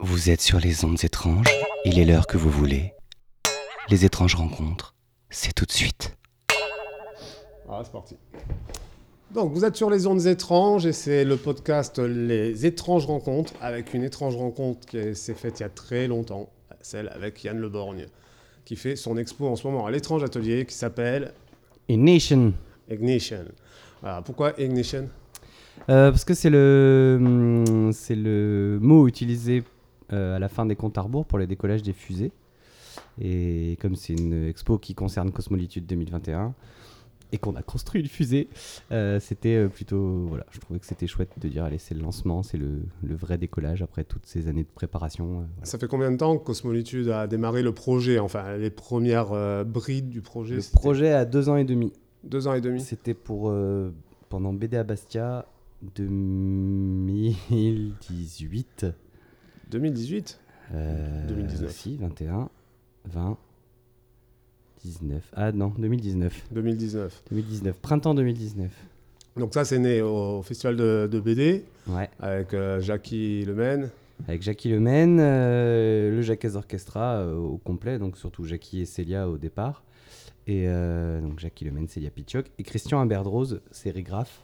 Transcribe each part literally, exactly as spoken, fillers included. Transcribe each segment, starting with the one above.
Vous êtes sur les ondes étranges, il est l'heure que vous voulez. Les étranges rencontres, c'est tout de suite. Ah, c'est parti. Donc, vous êtes sur les ondes étranges et c'est le podcast Les étranges rencontres avec une étrange rencontre qui s'est faite il y a très longtemps, celle avec Yann Le Borgne, qui fait son expo en ce moment à l'étrange atelier qui s'appelle Ignition. Ignition. Alors, pourquoi Ignition ? Euh, parce que c'est le, hum, c'est le mot utilisé euh, à la fin des comptes à rebours pour le décollage des fusées. Et comme c'est une expo qui concerne Cosmolitude deux mille vingt et un et qu'on a construit une fusée, euh, c'était euh, plutôt... Voilà, je trouvais que c'était chouette de dire, allez, c'est le lancement, c'est le, le vrai décollage après toutes ces années de préparation. Euh, voilà. Ça fait combien de temps que Cosmolitude a démarré le projet, enfin les premières euh, brides du projet? Le c'était projet a deux ans et demi. Deux ans et demi. C'était pour euh, pendant B D à Bastia deux mille dix-huit. deux mille dix-huit Euh, deux mille dix-neuf. Si, vingt et un, vingt, dix-neuf. Ah non, deux mille dix-neuf. deux mille dix-neuf. deux mille dix-neuf, printemps deux mille dix-neuf. Donc ça, c'est né au festival de, de B D Ouais, avec euh, Jackie Lemaine. avec Jackie Lemaine, euh, le Jacques Orchestra euh, au complet, donc surtout Jackie et Célia au départ. Et euh, donc Jackie Lemaine, Célia Pitchock et Christian Imberdrose, sérigraphe.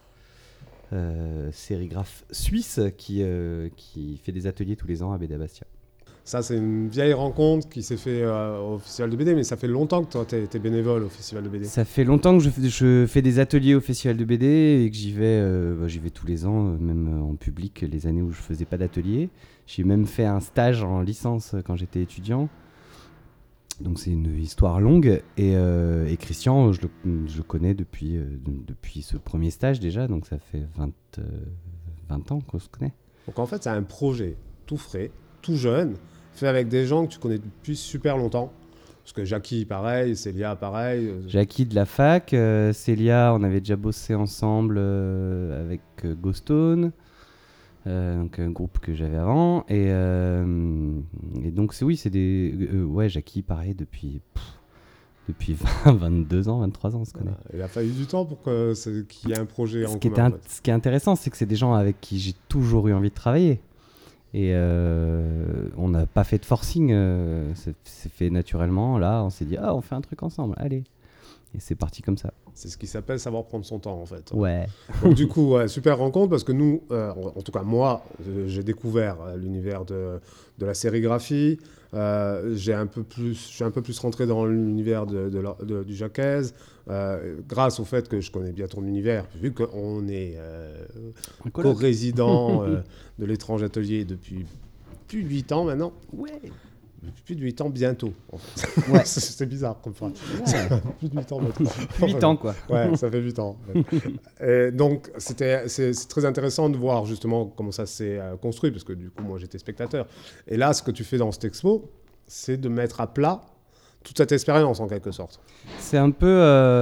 Euh, sérigraphe suisse qui, euh, qui fait des ateliers tous les ans à B D à Bastia. Ça, c'est une vieille rencontre qui s'est fait euh, au festival de B D, mais ça fait longtemps que toi, tu es bénévole au festival de B D. Ça fait longtemps que je, fais- je fais des ateliers au Festival de B D et que j'y vais, euh, bah, j'y vais tous les ans, euh, même euh, en public, les années où je faisais pas d'atelier. J'ai même fait un stage en licence euh, quand j'étais étudiant. Donc c'est une histoire longue. Et, euh, et Christian, je le, je le connais depuis, euh, de- depuis ce premier stage déjà, donc ça fait vingt, euh, vingt ans qu'on se connaît. Donc en fait, c'est un projet tout frais, tout jeune, fait avec des gens que tu connais depuis super longtemps. Parce que Jackie, pareil, Célia, pareil. euh, Jackie de la fac, euh, Célia, on avait déjà bossé ensemble euh, avec euh, Ghostone, euh, donc un groupe que j'avais avant. Et, euh, et donc, c'est, oui, c'est des. euh, ouais, Jackie, pareil, depuis, pff, depuis vingt, vingt-deux ans, vingt-trois ans, on se connaît. voilà. Il a fallu du temps pour que c'est- qu'il y ait un projet en Ce qui, était commun. in- en fait. ce qui est intéressant, c'est que c'est des gens avec qui j'ai toujours eu envie de travailler. Et euh, on n'a pas fait de forcing, euh, c'est, c'est fait naturellement. Là, on s'est dit, ah, on fait un truc ensemble, allez. Et c'est parti comme ça. C'est ce qui s'appelle savoir prendre son temps, en fait. Ouais. Donc du coup, ouais, super rencontre parce que nous, euh, en, en tout cas moi, euh, j'ai découvert euh, l'univers de, de la sérigraphie. Euh, j'ai un peu plus, je suis un peu plus rentré dans l'univers de, de la- de- du Jacques, euh, grâce au fait que je connais bien ton univers, vu qu'on est euh, Un colloque. co-résident euh, de l'étrange atelier depuis plus de huit ans maintenant. Ouais. Depuis plus de huit ans bientôt. En fait. Ouais. c'est c'est bizarre comme phrase. Ouais. Plus de huit ans maintenant. huit ans, quoi. Ouais, ça fait huit ans. En fait. Et donc, c'était, c'est, c'est très intéressant de voir justement comment ça s'est euh, construit, parce que du coup, moi, j'étais spectateur. Et là, ce que tu fais dans cette expo, c'est de mettre à plat toute cette expérience, en quelque sorte. C'est un peu...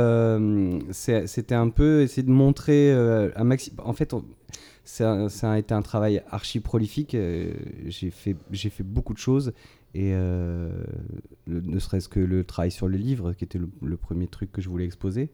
euh, c'est- c'était un peu essayer de montrer euh, un maxi... En fait, on- ça, ça a été un travail archi prolifique. euh, j'ai, fait, j'ai fait beaucoup de choses. Et euh, le- ne serait-ce que le travail sur le livre, qui était le, le premier truc que je voulais exposer.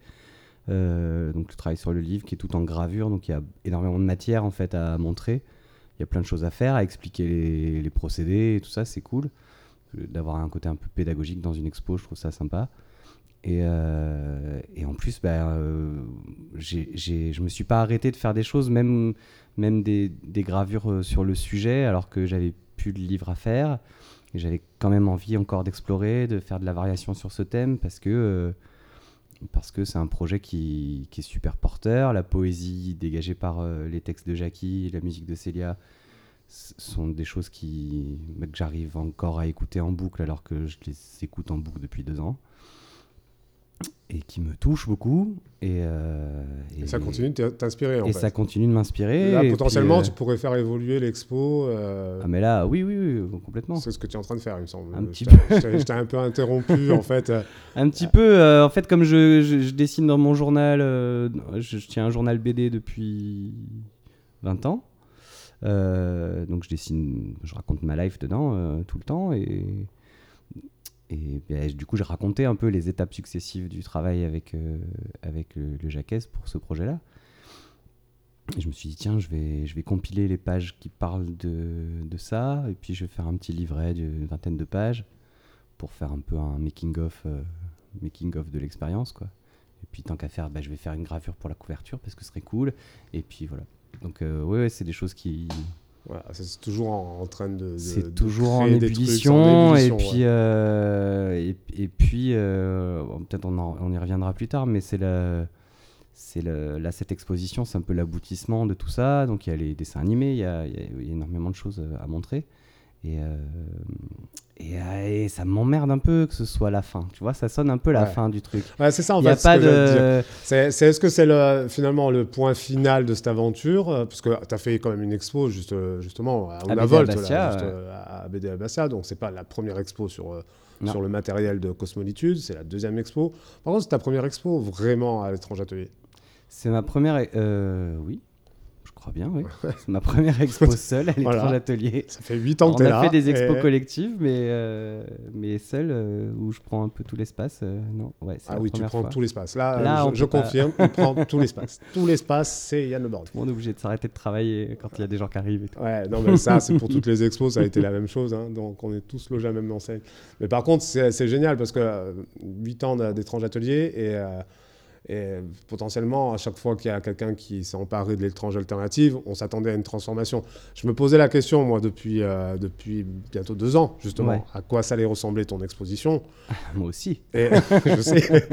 Euh, donc le travail sur le livre qui est tout en gravure, donc il y a énormément de matière en fait à montrer. Il y a plein de choses à faire, à expliquer les, les procédés et tout ça, c'est cool. Euh, D'avoir un côté un peu pédagogique dans une expo, je trouve ça sympa. Et, euh, et en plus, bah, euh, j'ai, j'ai, je me suis pas arrêté de faire des choses, même, même des, des gravures euh, sur le sujet, alors que j'avais plus de livres à faire. Et j'avais quand même envie encore d'explorer, de faire de la variation sur ce thème, parce que, euh, parce que c'est un projet qui, qui est super porteur. La poésie dégagée par euh, les textes de Jackie, la musique de Célia, ce sont des choses qui, bah, que j'arrive encore à écouter en boucle, alors que je les écoute en boucle depuis deux ans. Et qui me touchent beaucoup. Et, euh, Et, ça continue de t'inspirer, en et fait. ça continue de m'inspirer. Là, et potentiellement, puis, euh, tu pourrais faire évoluer l'expo. euh, Ah mais là, oui, oui, oui, complètement. C'est ce que tu es en train de faire, il me semble. Un Je petit t'ai- je t'ai- je t'ai un peu interrompu, en fait. euh, Un petit peu, euh, en fait, comme je, je- je dessine dans mon journal, euh, je, je tiens un journal B D depuis vingt ans. Euh, donc je dessine, je raconte ma life dedans euh, tout le temps. Et, et ben, du coup, j'ai raconté un peu les étapes successives du travail avec, euh, avec le, le Jacques pour ce projet-là. Et je me suis dit, tiens, je vais, je vais compiler les pages qui parlent de, de ça, et puis je vais faire un petit livret d'une vingtaine de pages pour faire un peu un making-of euh, making-of de l'expérience, quoi. Et puis tant qu'à faire, bah, je vais faire une gravure pour la couverture parce que ce serait cool. Et puis voilà. Donc euh, ouais, ouais, c'est des choses qui... Voilà, c'est toujours en, en train de, de c'est de toujours en créer des trucs, ébullition, en et ébullition, puis, ouais. euh, et, et puis euh, bon, peut-être on, en- on y reviendra plus tard, mais c'est la, c'est le, là cette exposition, c'est un peu l'aboutissement de tout ça. Donc il y a les dessins animés, il y a, il y a- il y a énormément de choses à montrer, et, euh, et, euh, et ça m'emmerde un peu que ce soit la fin. Tu vois, ça sonne un peu la Ouais. fin du truc. Ouais, c'est ça en Il y a fait. ce pas que j'allais te dire. de... C'est, c'est- est-ce que c'est le, finalement le point final de cette aventure euh, parce que tu as fait quand même une expo juste, euh, justement à B D Unavolt, là, Bastia, juste, ouais. euh, à B D à Bastia, donc c'est pas la première expo sur, euh, Non. sur le matériel de Cosmolitude, c'est la deuxième expo. Par contre, c'est ta première expo vraiment à l'étrange atelier. C'est ma première... euh, oui, je crois bien, oui. C'est ma première expo seule à l'étrange Voilà. atelier. Ça fait huit ans que On tu es a là. fait des expos et- collectives, mais, euh, mais seul, euh, où je prends un peu tout l'espace. euh, non, ouais, c'est Ah la oui, tu première prends fois. tout l'espace. Là, Là, je, on je peut pas. confirme, il prend tout l'espace. Tout l'espace, c'est Yann Le Borgne. Tout le monde est obligé de s'arrêter de travailler quand il y a des gens qui arrivent et tout. Ouais, non, mais ça, c'est pour toutes les expos, ça a été la même chose. Hein, donc, on est tous logés à la même enseigne. Mais par contre, c'est c'est génial parce que euh, huit ans d'a- d'étrange atelier et, euh, et potentiellement, à chaque fois qu'il y a quelqu'un qui s'est emparé de l'étrange alternative, on s'attendait à une transformation. Je me posais la question, moi, depuis, euh, depuis bientôt deux ans, justement, Ouais. à quoi ça allait ressembler ton exposition. Moi aussi. Et, je sais.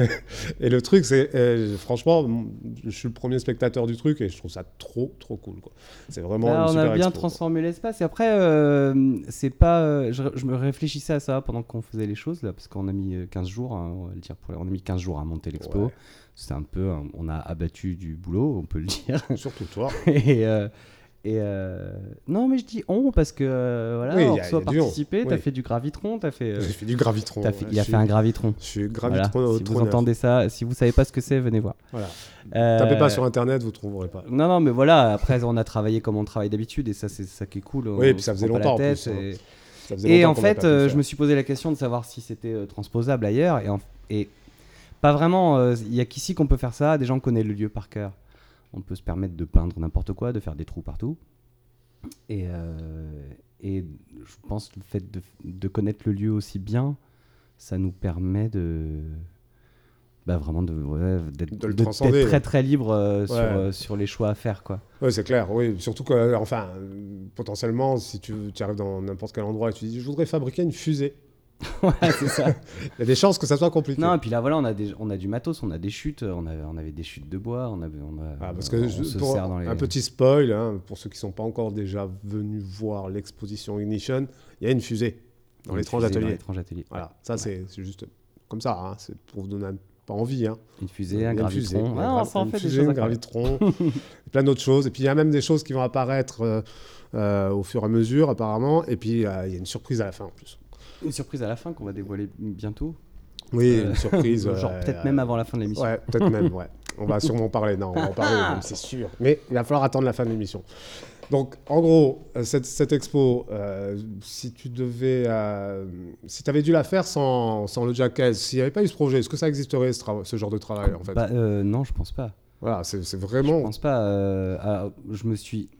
Et le truc, c'est, euh, franchement, m- je suis le premier spectateur du truc et je trouve ça trop, trop cool, quoi. C'est vraiment Là, une on super a bien expo, quoi. transformé l'espace. Et après, euh, c'est pas. euh, je, je me réfléchissais à ça pendant qu'on faisait les choses, là, parce qu'on a mis euh, quinze jours, hein, on va le dire, pour, on a mis quinze jours à monter l'expo. Ouais. C'est un peu. un- on a abattu du boulot, on peut le dire. Surtout toi. et. euh, et euh, non, mais je dis on parce que euh, voilà, Oui, on y a- reçoit y a du on. participer. T'as Oui. fait du gravitron, t'as fait. euh, J'ai fait du gravitron. t'as fait- ouais. il a Je fait un suis- gravitron. Je suis Voilà. gravitron au Si vous trône. entendez ça, si vous savez pas ce que c'est, venez voir. Voilà. Euh, Tapez pas sur internet, vous trouverez pas. Non, non, mais voilà. Après, on a travaillé comme on travaille d'habitude, et ça, c'est ça qui est cool. Oui, on et puis ça se faisait prend pas longtemps, en la plus, tête, hein. et- Ça faisait Et longtemps en qu'on n'a fait, pas pu euh, le je faire. me suis posé la question de savoir si c'était euh, transposable ailleurs. Et, en- et pas vraiment. euh, Il y a qu'ici qu'on peut faire ça. Des gens connaissent le lieu par cœur. On peut se permettre de peindre n'importe quoi, de faire des trous partout. Et, euh, et je pense que le fait de, de connaître le lieu aussi bien, ça nous permet de. Bah vraiment de, ouais, d'être, De le de- transcender, d'être ouais. très très libre euh, sur, Ouais. euh, sur les choix à faire, quoi. Oui, c'est clair, oui. Surtout que, euh, enfin, euh, potentiellement, si tu, tu arrives dans n'importe quel endroit et tu dis, je voudrais fabriquer une fusée, Ouais, c'est ça. il y a des chances que ça soit compliqué. Non, et puis là, voilà, on a, des, on a du matos, on a des chutes, on avait, on avait des chutes de bois, on avait, on a, Ah, parce que on je- se pour sert dans les... un petit spoil, hein, pour ceux qui ne sont pas encore déjà venus voir l'exposition Ignition, il y a une fusée dans une l'étrange fusée dans atelier. l'étrange atelier. Voilà, ça c'est c'est juste comme ça, hein, c'est pour vous donner un- pas envie. Hein. Une fusée, Il y a un une fusée, gravitron. il y a Ah, un on gra- s'en une fait des fusée, choses un incroyables. gravitron, plein d'autres choses. Et puis il y a même des choses qui vont apparaître euh, euh, au fur et à mesure apparemment. Et puis euh, il y a une surprise à la fin en plus. Une surprise à la fin qu'on va dévoiler bientôt. Oui, Euh, une surprise. Genre euh, peut-être euh, même avant la fin de l'émission. Ouais, peut-être même, ouais. On va sûrement en parler. Non, on va en parler, même, c'est sûr. Mais il va falloir attendre la fin de l'émission. Donc, en gros, euh, cette, cette expo, euh, si tu devais... euh, si tu avais dû la faire sans, sans le Jackass, s'il n'y avait pas eu ce projet, est-ce que ça existerait, ce, trava- ce genre de travail, en fait? Bah, euh, non, je pense pas. Voilà, c'est c'est Je vraiment... pense pas. euh, alors, je me suis,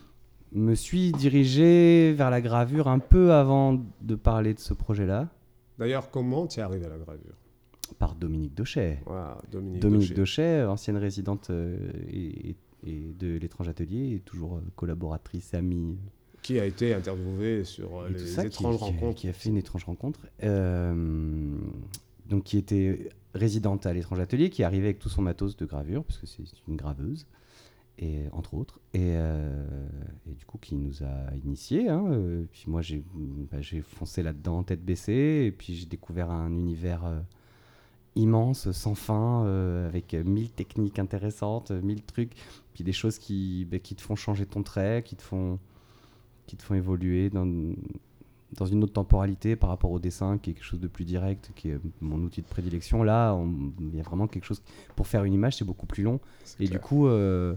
me suis dirigé vers la gravure un peu avant de parler de ce projet-là, D'ailleurs, comment tu es arrivé à la gravure? par Dominique Dauchet. Voilà, Dominique, Dominique Daucher. Dauchet, ancienne résidente euh, et, et- et de l'étrange atelier, et toujours euh, collaboratrice, amie, Qui a été interviewé sur euh, et tout les ça, qui- étranges qui, rencontres. qui a fait une étrange rencontre. Euh, donc, qui était résidente à l'étrange atelier, qui arrivait avec tout son matos de gravure, parce que c'est une graveuse, et, entre autres, et, euh, et du coup, qui nous a initiés. Hein, euh, puis moi, j'ai bah, j'ai foncé là-dedans, tête baissée, et puis j'ai découvert un univers euh, immense, sans fin, euh, avec mille techniques intéressantes, mille trucs, puis des choses qui, bah, qui te font changer ton trait, qui te font, qui te font évoluer dans, dans une autre temporalité par rapport au dessin, qui est quelque chose de plus direct, qui est mon outil de prédilection. Là, on- il y a vraiment quelque chose... Pour faire une image, c'est beaucoup plus long. C'est Et clair. du coup... euh,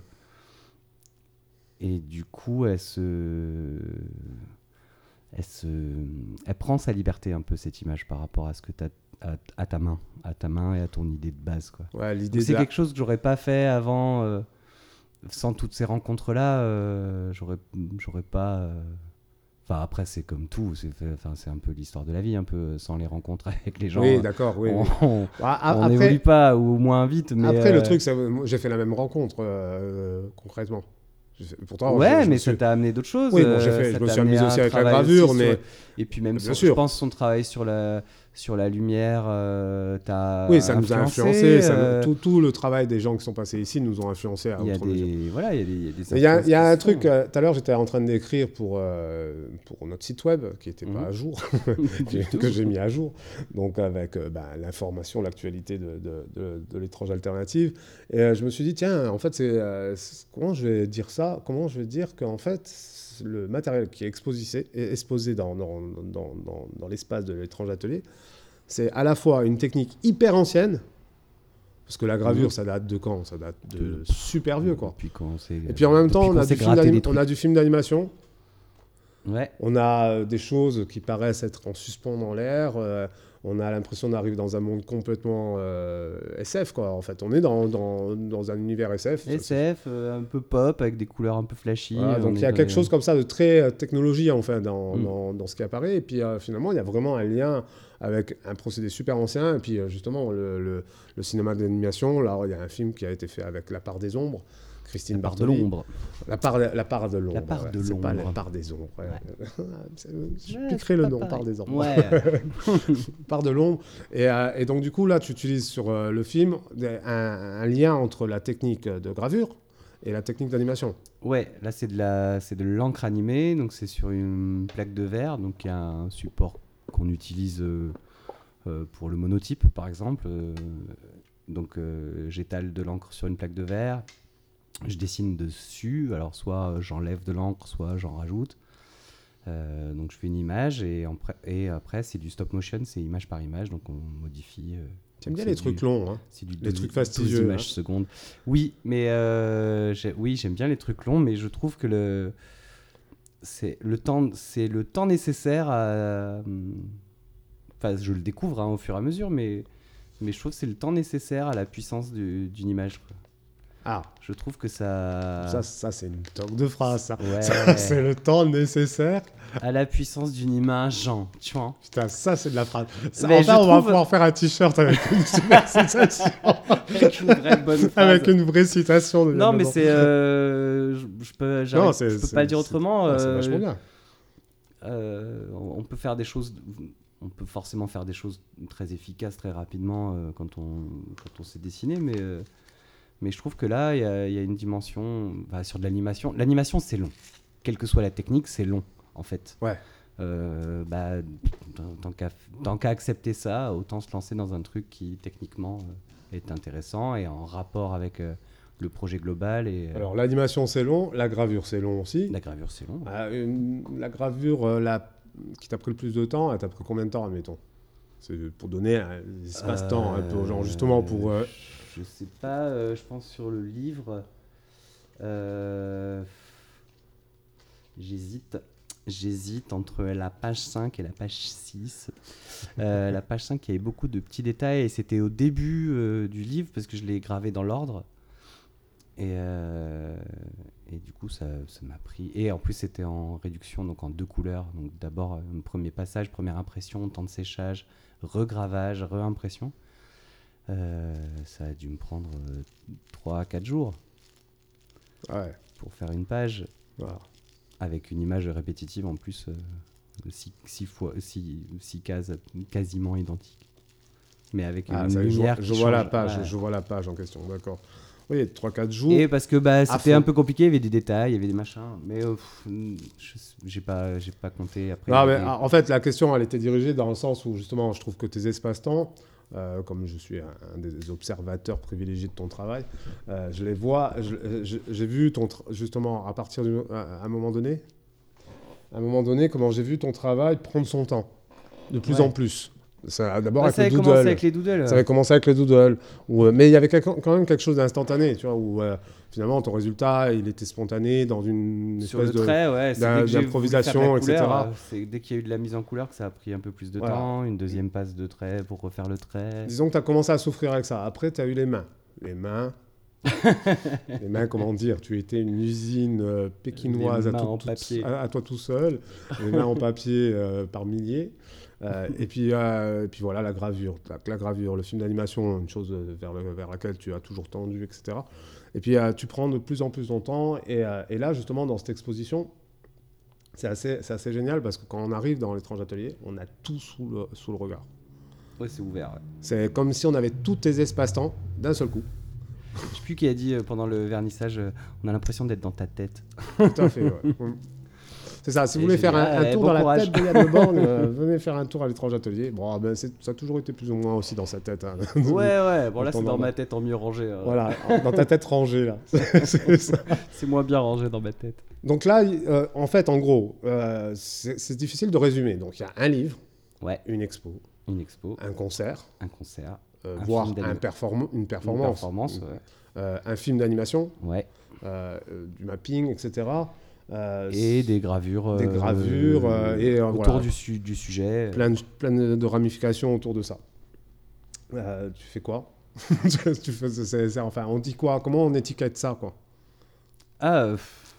et du coup, elle se... Elle, se, elle prend sa liberté un peu, cette image, par rapport à ce que tu as à, à ta main, à ta main et à ton idée de base, quoi. Ouais, l'idée Donc, c'est de la- quelque chose que j'aurais pas fait avant, euh, sans toutes ces rencontres-là, euh, j'aurais, j'aurais pas. euh, Enfin, après, c'est comme tout. C'est, fait- enfin, c'est un peu l'histoire de la vie, un peu sans les rencontres avec les gens. Oui, euh, d'accord, oui. on oui. on- Ah, ah, on après, n'évolue pas ou moins vite. Mais après euh, le truc, c'est moi, j'ai fait la même rencontre, euh, concrètement. J'ai fait- Pourtant, ouais, je, je me mais ça suis... t'a amené d'autres choses. Oui, bon, j'ai euh, fait, ça je me t'a suis amené amusé à aussi un avec la travail gravure, aussi mais... sur- Et puis même, Bien sur- sûr. je pense son travail sur la, sur la lumière euh, t'a Oui, ça nous a influencé. influencé. ça- euh, tout, tout le travail des gens qui sont passés ici nous ont influencé à Il y a outre mesure. des, voilà, il y a des, il y a des Il y a, influences il y a qui un se truc, font. euh, tout à l'heure j'étais en train d'écrire pour, euh, pour notre site web qui n'était Mhm. pas à jour, Du que, tout. que j'ai mis à jour, donc avec euh, bah, l'information, l'actualité de, de, de, de l'étrange alternative. Et euh, je me suis dit, tiens, en fait, c'est, euh, c'est- comment je vais dire ça? Comment je vais dire qu'en fait, le matériel qui est exposé, est exposé dans, dans, dans, dans, dans l'espace de l'étrange atelier, c'est à la fois une technique hyper ancienne, parce que la gravure, Mhm. ça date de quand? Ça date de De- super vieux, quoi. Depuis quand c'est, Et puis en même temps, depuis on qu'on a, s'est du film gratté d'anim- des on trucs. a du film d'animation, Ouais. on a euh, des choses qui paraissent être en suspens dans l'air, euh, on a l'impression d'arriver dans un monde complètement euh, S F, quoi. En fait, on est dans, dans, dans un univers S F. S F, euh, un peu pop, avec des couleurs un peu flashy. Voilà, on donc il est y a dans quelque les- chose comme ça de très euh, technologie, en fait, dans, Mm. dans, dans ce qui apparaît. Et puis euh, finalement, il y a vraiment un lien avec un procédé super ancien. Et puis euh, justement, le, le, le cinéma d'animation, là, il y a un film qui a été fait avec La part des ombres, Christine La part de Bartoli. l'ombre. La part, la part de l'ombre. La part ouais. de C'est pas la l'ombre. part des ombres. ouais. C'est- Je Ouais, piquerai c'est le pas nom, pareil. part des ombres. Ouais. Part de l'ombre. Et, euh, et donc, du coup, là, tu utilises sur euh, le film des- un, un lien entre la technique de gravure et la technique d'animation. Ouais, là c'est de la, c'est de l'encre animée, donc c'est sur une plaque de verre, donc il y a un support qu'on utilise euh, euh, pour le monotype par exemple. Euh, donc euh, j'étale de l'encre sur une plaque de verre, je dessine dessus, alors soit j'enlève de l'encre, soit j'en rajoute. Euh, donc je fais une image et, en pré- et après c'est du stop motion, c'est image par image, donc on modifie. euh, T'aimes donc bien c'est les du- trucs longs, hein. C'est du Les douze- trucs douze fastidieux, images hein. secondes. Oui, mais euh, j'ai- oui, j'aime bien les trucs longs, mais je trouve que le c'est le temps, c'est le temps nécessaire à. Enfin, je le découvre hein, au fur et à mesure, mais mais je trouve que c'est le temps nécessaire à la puissance du- d'une image. quoi. Ah, Je trouve que ça. ça, ça c'est une toque de phrase, ça. Ouais. Ça, c'est le temps nécessaire. À la puissance d'une image, Jean, tu vois. Putain, ça, c'est de la phrase. Ça, Mais enfin, je on va trouve- pouvoir faire un t-shirt avec une super citation. Avec une vraie bonne phrase. Avec une vraie citation. de Non, mais Yann c'est. euh, je, je peux, j'arrive- Non, c'est- je peux c'est- pas le dire c'est- autrement. Ah, c'est euh, vachement bien. Euh, on on peut faire des choses, on peut forcément faire des choses très efficaces très rapidement euh, quand on quand on sait dessiner, mais euh, mais je trouve que là il y, a- il y a une dimension bah, sur de l'animation. L'animation c'est long, quelle que soit la technique, c'est long en fait. Ouais. Euh, bah, tant- tant qu'à tant qu'à accepter ça, autant se lancer dans un truc qui techniquement euh, est intéressant et en rapport avec euh, le projet global et euh, Alors, l'animation, c'est long. La gravure, c'est long aussi. la gravure c'est long. Ah, une- la gravure euh, la, qui t'a pris le plus de temps, elle t'a pris combien de temps, admettons? C'est pour donner un espace-temps un peu aux gens, justement pour... euh, Je sais pas, euh, je pense sur le livre. euh, J'hésite. J'hésite entre la page cinq et la page six. Euh, la page cinq, il y avait beaucoup de petits détails et c'était au début euh, du livre parce que je l'ai gravé dans l'ordre. Et, euh, et du coup, ça ça m'a pris. Et en plus, c'était en réduction, donc en deux couleurs. Donc d'abord, un premier passage, première impression, temps de séchage, regravage, réimpression. Euh, ça a dû me prendre trois à quatre jours Ouais, pour faire une page voilà. avec une image répétitive en plus, euh, six, six fois, six, six cases quasiment identiques. Mais avec Ah, une ça y est, je vois, lumière je qui vois la change. page, Ouais. je vois la page en question, d'accord. Oui, trois quatre jours. Et parce que bah, c'était fond. un peu compliqué, il y avait des détails, il y avait des machins, mais euh, pff, je- j'ai pas, j'ai pas compté après. Non, il y mais avait- en fait, la question, elle était dirigée dans le sens où, justement, je trouve que tes espaces-temps, euh, comme je suis un, un des observateurs privilégiés de ton travail, euh, je les vois, je- je- j'ai vu, ton tra- justement, à partir d'un à un moment donné, à un moment donné, comment j'ai vu ton travail prendre son temps, de plus Ouais. en plus. Ça, d'abord Ouais, avec ça le avait commencé doodle. avec les doodles. Ça avait commencé avec le doodle. Où, euh, mais il y avait quelque- quand même quelque chose d'instantané, tu vois, où euh, finalement ton résultat, il était spontané dans une Sur espèce le de... trait, ouais, c'est d'im- dès que j'ai voulu d'improvisation, faire de la et cetera. couleur, euh, c'est dès qu'il y a eu de la mise en couleur que ça a pris un peu plus de Voilà. temps, une deuxième passe de trait pour refaire le trait. Disons que tu as commencé à souffrir avec ça. Après, tu as eu les mains. Les mains, Les mains, comment dire, tu étais une usine euh, pékinoise Les à, mains tout- en tout- papier. à, à toi tout seul, les mains en papier euh, par milliers. Euh, et, puis, euh, et puis voilà, la gravure. La, la gravure, le film d'animation, une chose euh, vers, le- vers laquelle tu as toujours tendu, et cetera. Et puis euh, tu prends de plus en plus ton temps. Et, euh, et là, justement, dans cette exposition, c'est assez, c'est assez génial parce que quand on arrive dans l'étrange atelier, on a tout sous le, sous le regard. Ouais, c'est ouvert. Ouais. C'est comme si on avait tous tes espaces-temps d'un seul coup. Je sais plus qui a dit euh, pendant le vernissage, euh, on a l'impression d'être dans ta tête. Tout à fait, ouais. Mm. C'est ça, si vous Et voulez j'ai faire dit, un, ah, un ouais, tour bon dans courage. la tête de Yann Le Borgne, euh, venez faire un tour à l'étrange atelier. Bon, ben, c'est- ça a toujours été plus ou moins aussi dans sa tête. Hein. Ouais, ouais. Bon, là, Attends, c'est dans non, ma non. tête en mieux rangé. euh. Voilà, dans ta tête rangée, là. C'est ça. C'est moins bien rangé dans ma tête. Donc là, il- euh, en fait, en gros, euh, c'est c'est difficile de résumer. Donc il y a un livre, Ouais, une expo, une expo, un concert, un concert, euh, Un voire film d'anima- un perform- une une performance, performance. Ouais. euh, un film d'animation, Ouais. euh, euh, du mapping, et cetera. Euh, Et des gravures. des euh, gravures, euh, et, euh, autour voilà. du, su- du sujet. plein de, plein de ramifications autour de ça. Euh, tu fais quoi tu fais, c'est- c'est- Enfin, on dit quoi? Comment on étiquette ça, quoi? Ah, euh, pff,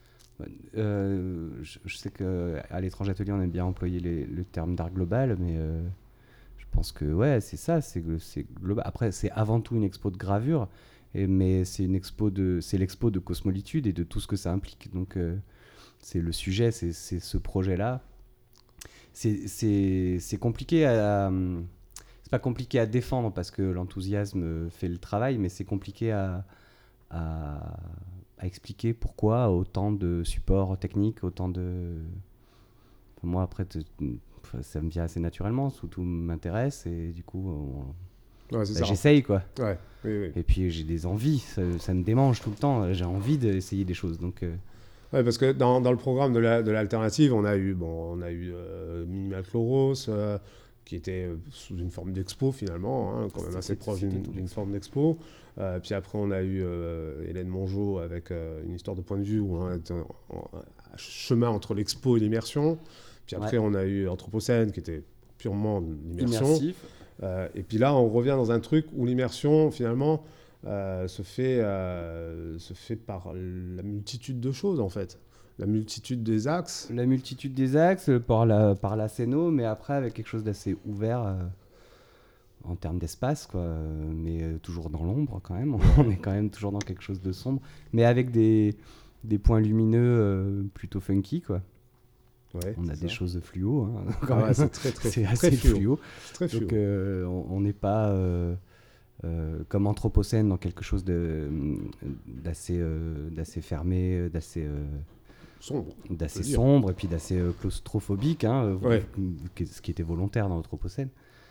euh, je, je sais qu'à l'étrange atelier, on aime bien employer les- le terme d'art global, mais euh, je pense que ouais, c'est ça, c'est glo- c'est global. Après, c'est avant tout une expo de gravure, et, mais c'est une expo de, c'est l'expo de cosmolitude et de tout ce que ça implique. Donc, euh, c'est le sujet, c'est c'est ce projet-là. C'est- C'est c'est compliqué à, c'est pas compliqué à défendre parce que l'enthousiasme fait le travail, mais c'est compliqué à, à, à expliquer pourquoi autant de supports techniques, autant de... Enfin, moi, après, te- enfin, ça me vient assez naturellement, tout, tout m'intéresse, et du coup, on- Ouais, c'est bah, ça. j'essaye, quoi. Ouais, oui, oui. Et puis, j'ai des envies, ça, ça me démange tout le temps, j'ai envie d'essayer des choses, donc... euh, Ouais, parce que dans, dans le programme de la- de l'alternative, on a eu, bon, on a eu euh, Minimal Chloros, euh, qui était euh, sous une forme d'expo finalement, hein, quand même C'était- assez proche c'était d'une tout d'une l'expo. forme d'expo. Euh, puis après, on a eu euh, Hélène Mongeau avec euh, une histoire de point de vue où on était en- en- à chemin entre l'expo et l'immersion. Puis après, Ouais. on a eu Anthropocène qui était purement l'immersion. immersif. Euh, et puis là, on revient dans un truc où l'immersion, finalement, euh, se, fait, euh, se fait par la multitude de choses, en fait. La multitude des axes. La multitude des axes par la, par la scéno, mais après avec quelque chose d'assez ouvert euh, en termes d'espace, quoi. euh, Mais euh, toujours dans l'ombre quand même. On est quand même toujours dans quelque chose de sombre, mais avec des, des points lumineux euh, plutôt funky, quoi. Ouais, On a c'est des ça. choses fluo, hein, quand Ah ouais, même. c'est très, très, C'est très assez fluo. fluo. C'est très fluo. Donc euh, on on n'est pas euh, euh, comme Anthropocène dans quelque chose de, d'assez, euh, d'assez fermé, d'assez... euh, Sombre. d'assez on peut dire. sombre et puis d'assez euh, claustrophobique, hein, euh, Ouais. que- ce qui était volontaire dans l'Anthropocène.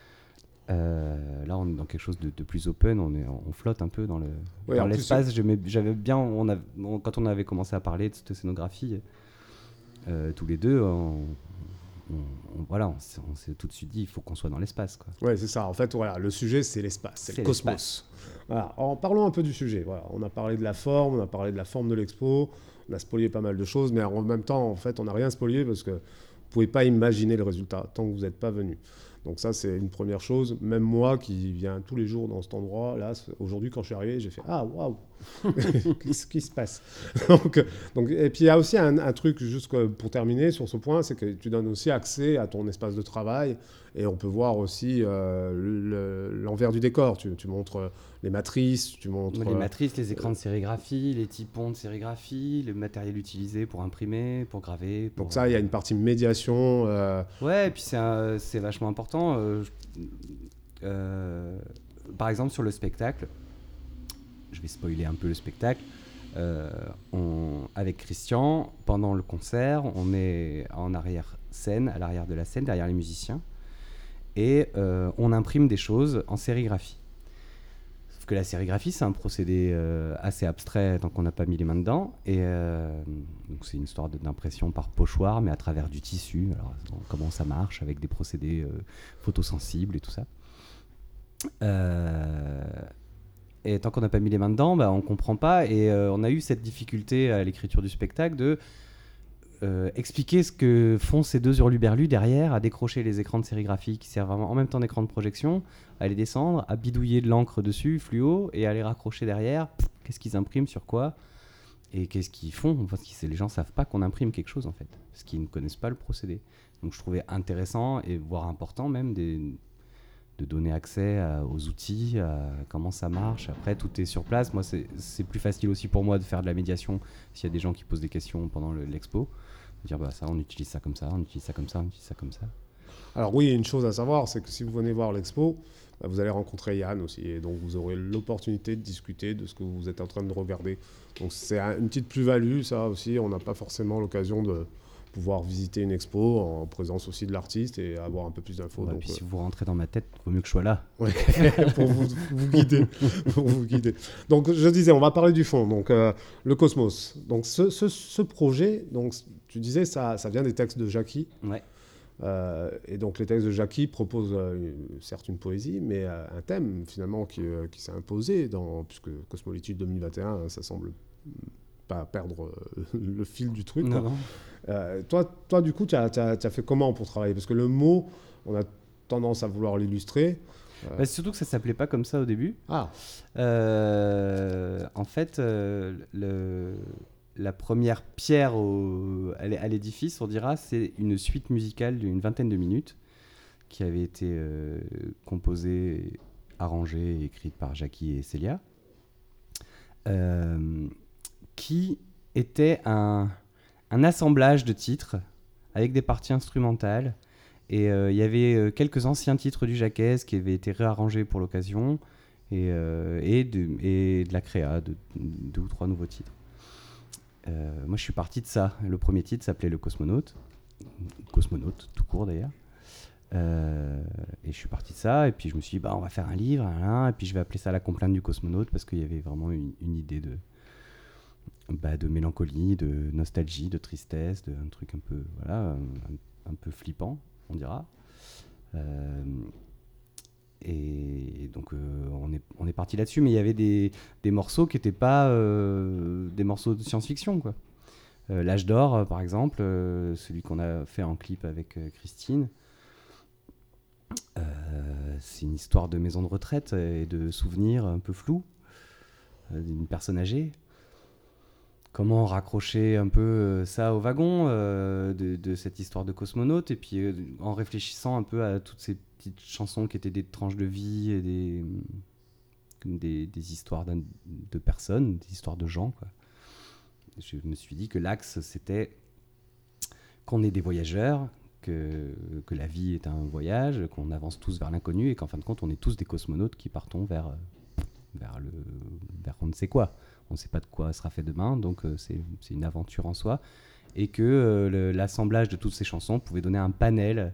Euh, là, on est dans quelque chose de, de plus open, on, est, on flotte un peu dans, le, Ouais, dans en plus, l'espace. J'aimais- J'avais bien, on a, on- quand on avait commencé à parler de cette scénographie, euh, tous les deux, on, on- on- voilà, on, s'est- on s'est tout de suite dit, il faut qu'on soit dans l'espace, quoi. Ouais, c'est ça. En fait, voilà, le sujet, c'est l'espace, c'est C'est le cosmos. Voilà. En parlons un peu du sujet. Voilà. On a parlé de la forme, on a parlé de la forme de l'expo, on a spolié pas mal de choses, mais en même temps, en fait, on n'a rien spolié parce que vous pouvez pas imaginer le résultat tant que vous n'êtes pas venu. Donc ça, c'est une première chose. Même moi, qui viens tous les jours dans cet endroit, là, c- aujourd'hui, quand je suis arrivé, j'ai fait « Ah, waouh Qu'est-ce qui se passe ?» donc, donc, et puis, il y a aussi un, un truc, juste que- pour terminer sur ce point, c'est que tu donnes aussi accès à ton espace de travail et on peut voir aussi euh, le- l'envers du décor. Tu, tu montres les matrices, tu montres... Les euh, matrices, les écrans de sérigraphie, les typons de sérigraphie, le matériel utilisé pour imprimer, pour graver. Pour... donc ça, il y a une partie médiation. euh, Ouais, et puis c'est un- c'est vachement important. euh, je- euh, par exemple, sur le spectacle, je vais spoiler un peu le spectacle. euh, on, avec Christian, pendant le concert, on est en arrière-scène, à l'arrière de la scène, derrière les musiciens, et euh, on imprime des choses en sérigraphie. Sauf que la sérigraphie, c'est un procédé euh, assez abstrait tant qu'on n'a pas mis les mains dedans. Et euh, donc c'est une histoire de- d'impression par pochoir, mais à travers du tissu. Alors bon, comment ça marche avec des procédés euh, photosensibles et tout ça. Euh, et tant qu'on n'a pas mis les mains dedans, bah, on comprend pas. Et euh, on a eu cette difficulté à l'écriture du spectacle de euh, expliquer ce que font ces deux hurluberlus derrière, à décrocher les écrans de sérigraphie qui servent vraiment en même temps d'écran de projection, à les descendre, à bidouiller de l'encre dessus, fluo, et à les raccrocher derrière. Qu'est-ce qu'ils impriment, sur quoi ? Et qu'est-ce qu'ils font ? Parce que les gens ne savent pas qu'on imprime quelque chose, en fait. Parce qu'ils ne connaissent pas le procédé. Donc je trouvais intéressant, et voire important même, des, de donner accès à, aux outils, à comment ça marche. Après, tout est sur place. Moi, c'est, c'est plus facile aussi pour moi de faire de la médiation s'il y a des gens qui posent des questions pendant le, l'expo. De dire, bah, ça, on utilise ça comme ça, on utilise ça comme ça, on utilise ça comme ça. Alors oui, une chose à savoir, c'est que si vous venez voir l'expo, bah, vous allez rencontrer Yann aussi, et donc vous aurez l'opportunité de discuter de ce que vous êtes en train de regarder. Donc c'est un, une petite plus-value, ça aussi, on n'a pas forcément l'occasion de pouvoir visiter une expo en présence aussi de l'artiste et avoir un peu plus d'infos. Ouais, donc, puis euh... si vous rentrez dans ma tête, il vaut mieux que je sois là. Ouais, pour vous, vous guider, pour vous guider. Donc je disais, on va parler du fond, donc euh, le Cosmos. Donc ce, ce, ce projet, donc tu disais, ça, ça vient des textes de Jackie. Ouais. Euh, et donc les textes de Jackie proposent euh, certes une poésie, mais euh, un thème finalement qui, euh, qui s'est imposé, dans, puisque Cosmolitude deux mille vingt et un, ça semble pas perdre euh, le fil du truc. Non, quoi. non. Euh, toi, toi, du coup, tu as, tu as, tu as fait comment pour travailler ? Parce que le mot, on a tendance à vouloir l'illustrer. Euh... Bah, surtout que ça s'appelait pas comme ça au début. Ah. Euh, en fait, euh, le... la première pierre au, à l'édifice, on dira, c'est une suite musicale d'une vingtaine de minutes qui avait été euh, composée, arrangée et écrite par Jackie et Célia, euh, qui était un, un assemblage de titres avec des parties instrumentales. Et il euh, y avait euh, quelques anciens titres du Jacques qui avaient été réarrangés pour l'occasion et, euh, et, de, et de la créa, de deux ou trois nouveaux titres. Euh, moi, je suis parti de ça. Le premier titre s'appelait Le Cosmonaute. Cosmonaute, tout court d'ailleurs. Euh, et je suis parti de ça. Et puis, je me suis dit, bah, on va faire un livre. Hein, et puis, je vais appeler ça La complainte du cosmonaute parce qu'il y avait vraiment une, une idée de, bah, de mélancolie, de nostalgie, de tristesse, de un truc un peu, voilà, un, un peu flippant, on dira. Euh, Et donc euh, on est, on est parti là-dessus, mais il y avait des, des morceaux qui n'étaient pas euh, des morceaux de science-fiction, quoi. Euh, L'âge d'or, euh, par exemple, euh, celui qu'on a fait en clip avec euh, Christine, euh, c'est une histoire de maison de retraite et de souvenirs un peu flous euh, d'une personne âgée. Comment raccrocher un peu euh, ça au wagon euh, de, de cette histoire de cosmonaute, et puis euh, en réfléchissant un peu à toutes ces petites chansons qui étaient des tranches de vie et des, des, des histoires de personnes, des histoires de gens, quoi. Je me suis dit que l'axe, c'était qu'on est des voyageurs, que, que la vie est un voyage, qu'on avance tous vers l'inconnu et qu'en fin de compte, on est tous des cosmonautes qui partons vers, vers, le, vers on ne sait quoi. On ne sait pas de quoi sera fait demain, donc euh, c'est, c'est une aventure en soi. Et que euh, le, l'assemblage de toutes ces chansons pouvait donner un panel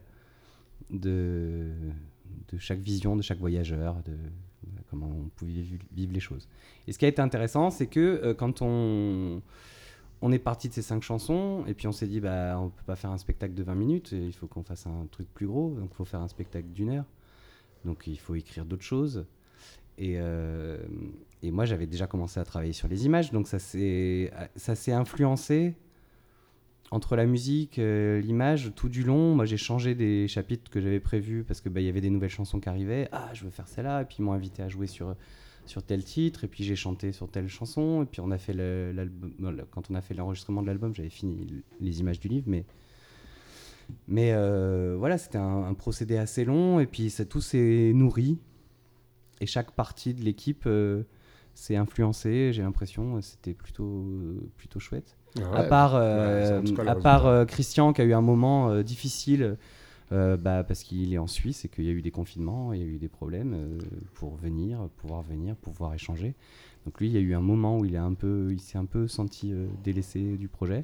de, de chaque vision de chaque voyageur, de, de comment on pouvait vivre, vivre les choses. Et ce qui a été intéressant, c'est que euh, quand on, on est parti de ces cinq chansons, et puis on s'est dit, bah, on ne peut pas faire un spectacle de vingt minutes, il faut qu'on fasse un truc plus gros, donc il faut faire un spectacle d'une heure. Donc il faut écrire d'autres choses. Et, euh, et moi, j'avais déjà commencé à travailler sur les images, donc ça s'est, ça s'est influencé entre la musique, euh, l'image, tout du long. Moi, j'ai changé des chapitres que j'avais prévus parce que bah, y avait des nouvelles chansons qui arrivaient. Ah, je veux faire celle-là. Et puis, ils m'ont invité à jouer sur, sur tel titre. Et puis, j'ai chanté sur telle chanson. Et puis, on a fait le, l'album. Quand on a fait l'enregistrement de l'album, j'avais fini les images du livre. Mais, mais euh, voilà, c'était un, un procédé assez long. Et puis, ça, tout s'est nourri. Et chaque partie de l'équipe euh, s'est influencée, j'ai l'impression. C'était plutôt, plutôt chouette. Ouais, à part, euh, ouais, à part euh, Christian qui a eu un moment euh, difficile euh, bah, parce qu'il est en Suisse et qu'il y a eu des confinements, il y a eu des problèmes euh, pour venir, pouvoir venir, pouvoir échanger. Donc lui, il y a eu un moment où il, a un peu, il s'est un peu senti euh, délaissé du projet.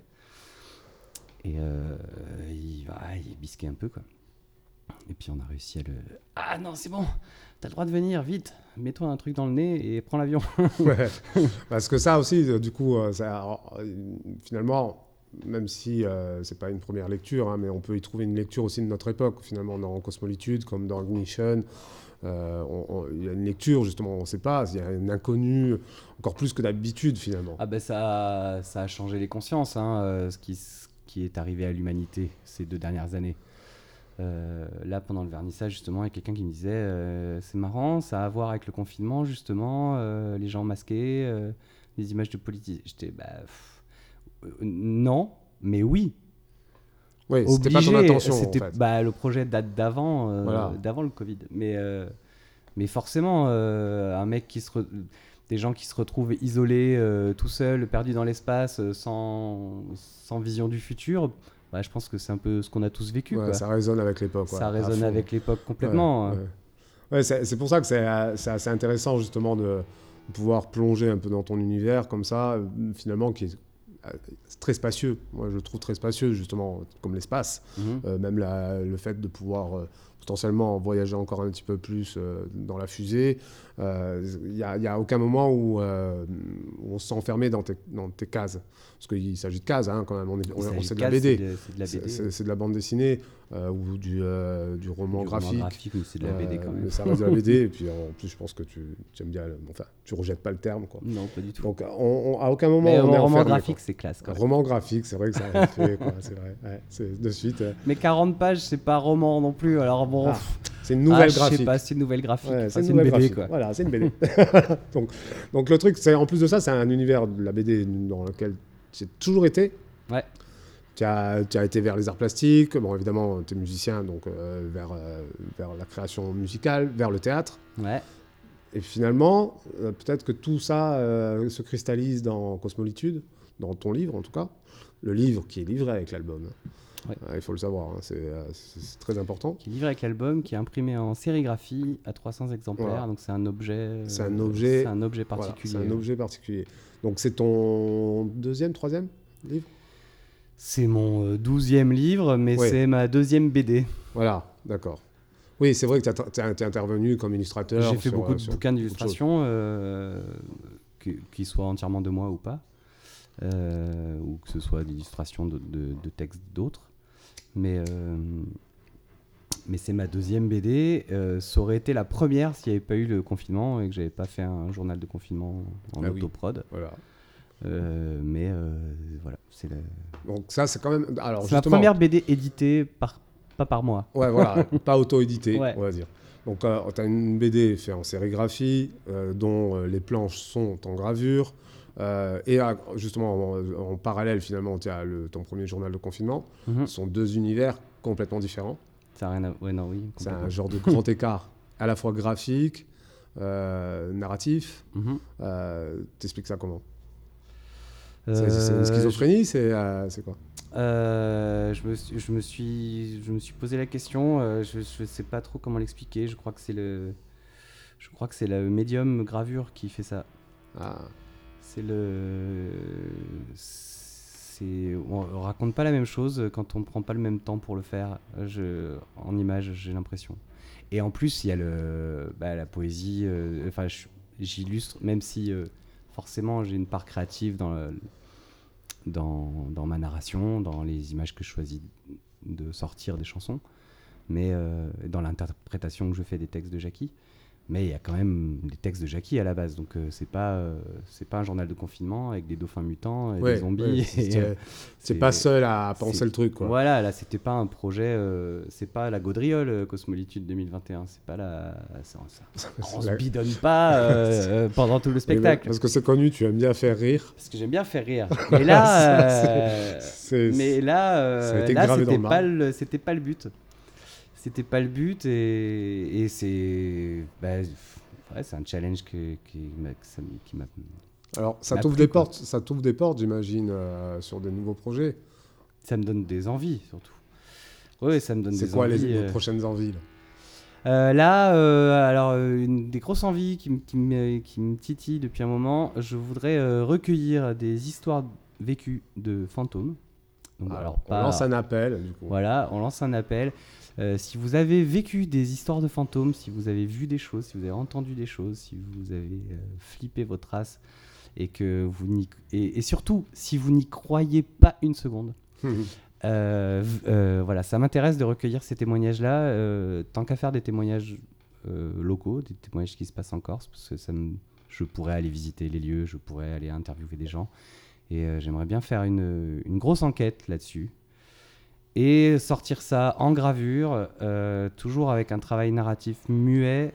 Et euh, il, bah, il bisquait un peu, quoi. Et puis on a réussi à le... Ah non, c'est bon, t'as le droit de venir, vite, mets-toi un truc dans le nez et prends l'avion. Ouais, parce que ça aussi, du coup, ça, alors, finalement, même si euh, c'est pas une première lecture, hein, mais on peut y trouver une lecture aussi de notre époque, finalement, dans Cosmolitude, comme dans Ignition. Euh, il y a une lecture, justement, on ne sait pas, il y a un inconnu, encore plus que d'habitude, finalement. Ah ben ça, ça a changé les consciences, hein, euh, ce, qui, ce qui est arrivé à l'humanité ces deux dernières années. Euh, là, pendant le vernissage, justement, il y a quelqu'un qui me disait euh, c'est marrant, ça a à voir avec le confinement, justement, euh, les gens masqués, euh, les images de politique. J'étais bah, pff, euh, non, mais oui. Oui, Obligé, c'était pas ton intention, c'était, en fait. bah, le projet date d'avant, euh, Voilà. d'avant le Covid. Mais, euh, mais forcément, euh, un mec qui se. Re... Des gens qui se retrouvent isolés, euh, tout seuls, perdus dans l'espace, euh, sans, sans vision du futur. Bah, je pense que c'est un peu ce qu'on a tous vécu. Ouais, Quoi. ça résonne avec l'époque. Ça ouais, résonne avec l'époque complètement. Ouais, ouais. Ouais, c'est, c'est pour ça que c'est, c'est assez intéressant justement de pouvoir plonger un peu dans ton univers comme ça, finalement, qui est très spacieux. Moi, je le trouve très spacieux, justement, comme l'espace. Mm-hmm. Euh, même la, le fait de pouvoir euh, potentiellement voyager encore un petit peu plus euh, dans la fusée. Il euh, n'y a, y a aucun moment où, euh, où on se sent enfermé dans tes, dans tes cases. Parce qu'il s'agit de cases, hein, quand même. On est, on, on, c'est de la B D. C'est de, c'est de, la B D. C'est, c'est, c'est de la bande dessinée euh, ou du, euh, du roman du graphique. Roman graphique, mais c'est de la B D quand même. Euh, mais ça reste de la B D. Et puis en plus, je pense que tu, tu aimes bien. Enfin, tu rejettes pas le terme, quoi. Non, pas du tout. Donc, on, on, à aucun moment, mais on un est roman enfermé, graphique, quoi. c'est classe. Quand même. Roman graphique, c'est vrai que ça a fait, quoi. C'est vrai. Ouais, c'est de suite. Euh... Mais quarante pages, c'est pas roman non plus. Alors bon. Ah, c'est une nouvelle ah, graphique. Je sais pas, c'est une nouvelle graphique. Ouais, enfin, c'est, c'est une, une B D, graphique. quoi. Voilà, c'est une B D. donc, donc, le truc, c'est en plus de ça, c'est un univers de la B D dans lequel tu as toujours été. Ouais. Tu as, tu as été vers les arts plastiques. Bon, évidemment, tu es musicien, donc euh, vers, euh, vers la création musicale, vers le théâtre. Ouais. Et finalement, euh, peut-être que tout ça euh, se cristallise dans Cosmolitude, dans ton livre en tout cas. Le livre qui est livré avec l'album. Ouais. Euh, il faut le savoir, hein, c'est, euh, c'est, c'est très important. Qui est livré avec l'album, qui est imprimé en sérigraphie à trois cents exemplaires. Voilà. Donc c'est un objet. Euh, c'est un objet. C'est un objet particulier. Voilà, c'est un objet particulier. Donc c'est ton deuxième, troisième livre ? C'est mon douzième livre, mais ouais. c'est ma deuxième B D. Voilà, d'accord. Oui, c'est vrai que tu es intervenu comme illustrateur. J'ai fait sur, beaucoup de sur bouquins d'illustration, euh, qu'ils soient entièrement de moi ou pas, euh, ou que ce soit d'illustrations de, de, de textes d'autres. Mais, euh, mais c'est ma deuxième B D. Euh, ça aurait été la première s'il n'y avait pas eu le confinement et que je n'avais pas fait un journal de confinement en ah autoprod. Oui. Voilà. Euh, mais euh, voilà, c'est la... Donc ça, c'est quand même... Alors, c'est ma première B D éditée par... pas par moi. Ouais, voilà, pas auto-édité, ouais. on va dire. Donc, euh, tu as une B D faite en sérigraphie, euh, dont euh, les planches sont en gravure. Euh, et euh, justement, en, en parallèle, finalement, tu as le, ton premier journal de confinement. Mm-hmm. Ce sont deux univers complètement différents. Ça n'a rien à... ouais, non, oui, c'est un genre de grand écart, à la fois graphique, euh, narratif. Mm-hmm. Euh, T'expliques ça comment ? Euh, c'est, c'est une schizophrénie, je... c'est, euh, c'est quoi euh, je, me, je, me suis, je me suis posé la question, euh, je ne sais pas trop comment l'expliquer, je crois que c'est le, je crois que c'est le médium gravure qui fait ça. Ah. C'est le... C'est, on ne raconte pas la même chose quand on ne prend pas le même temps pour le faire, je, en image, j'ai l'impression. Et en plus, il y a le, bah, la poésie, euh, enfin, j'illustre, même si... Euh, forcément, j'ai une part créative dans, le, dans, dans ma narration, dans les images que je choisis de sortir des chansons, mais euh, dans l'interprétation que je fais des textes de Jackie. Mais il y a quand même des textes de Jackie à la base, donc euh, c'est pas euh, c'est pas un journal de confinement avec des dauphins mutants et ouais, des zombies. Ouais, c'est, et, euh, c'est, c'est pas seul à penser le truc, quoi. Voilà, là c'était pas un projet, euh, c'est pas la gaudriole euh, Cosmolitude deux mille vingt et un, c'est pas la, ça, ça, on se bidonne pas euh, pendant tout le spectacle. Parce que c'est connu, tu aimes bien faire rire. Parce que j'aime bien faire rire. Mais là, euh, c'est, c'est, mais là, euh, là c'était pas le, c'était pas le but. C'était pas le but et, et c'est, bah, ouais, c'est un challenge que, qui, m'a, qui m'a. Alors, ça t'ouvre des portes, ça t'ouvre des portes, j'imagine, euh, sur des nouveaux projets. Ça me donne des envies, surtout. Oui, ça me donne c'est des quoi envies. C'est quoi euh... les prochaines envies là euh, Là, euh, alors, une des grosses envies qui, qui, me, qui me titille depuis un moment, je voudrais euh, recueillir des histoires vécues de fantômes. Donc, alors, alors pas, on lance un appel, du coup. Voilà, on lance un appel. Euh, si vous avez vécu des histoires de fantômes, si vous avez vu des choses, si vous avez entendu des choses, si vous avez euh, flippé votre race et que vous n'y... et, et surtout si vous n'y croyez pas une seconde, euh, euh, voilà, ça m'intéresse de recueillir ces témoignages-là, euh, tant qu'à faire des témoignages euh, locaux, des témoignages qui se passent en Corse, parce que ça me... je pourrais aller visiter les lieux, je pourrais aller interviewer des gens, et euh, j'aimerais bien faire une, une grosse enquête là-dessus. et sortir ça en gravure, euh, toujours avec un travail narratif muet,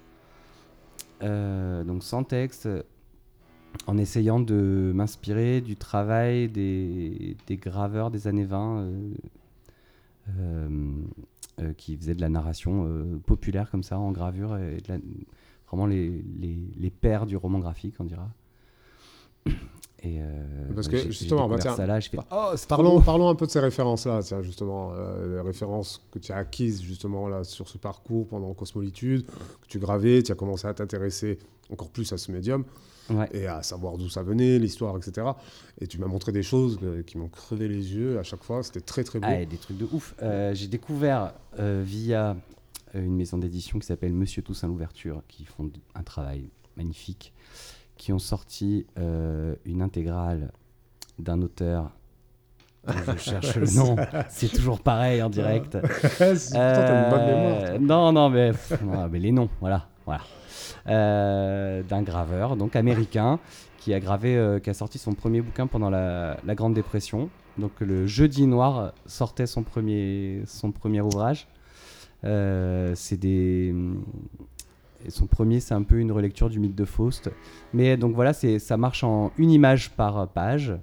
euh, donc sans texte, en essayant de m'inspirer du travail des, des graveurs des années vingt euh, euh, euh, qui faisaient de la narration euh, populaire comme ça, en gravure, et de la, vraiment les, les, les pères du roman graphique, on dira. Et euh, Parce ouais, que j'ai, justement, j'ai bah, découvert tiens, ça là, je fais, oh, c'est trop Parlons, beau. parlons un peu de ces références-là, tiens, justement, euh, les références que tu as acquises justement là, sur ce parcours pendant Cosmolitude, que tu gravais, tu as commencé à t'intéresser encore plus à ce médium Ouais. et à savoir d'où ça venait, l'histoire, et cetera. Et tu m'as montré des choses euh, qui m'ont crevé les yeux à chaque fois, c'était très très beau. Ah, et des trucs de ouf. Euh, j'ai découvert euh, via euh, une maison d'édition qui s'appelle Monsieur Toussaint Louverture, qui font un travail magnifique, qui ont sorti euh, une intégrale d'un auteur. dont Je cherche le nom. C'est toujours pareil en direct. C'est- Pourtant, t'as une bonne mémoire. Euh, toi. non, non, mais, pff, non, mais les noms, voilà, voilà. Euh, d'un graveur, donc américain, qui a gravé, euh, qui a sorti son premier bouquin pendant la, la Grande Dépression. Donc le Jeudi Noir sortait son premier, son premier ouvrage. Euh, c'est des, et son premier, c'est un peu une relecture du mythe de Faust. Mais donc voilà, c'est, ça marche en une image par page.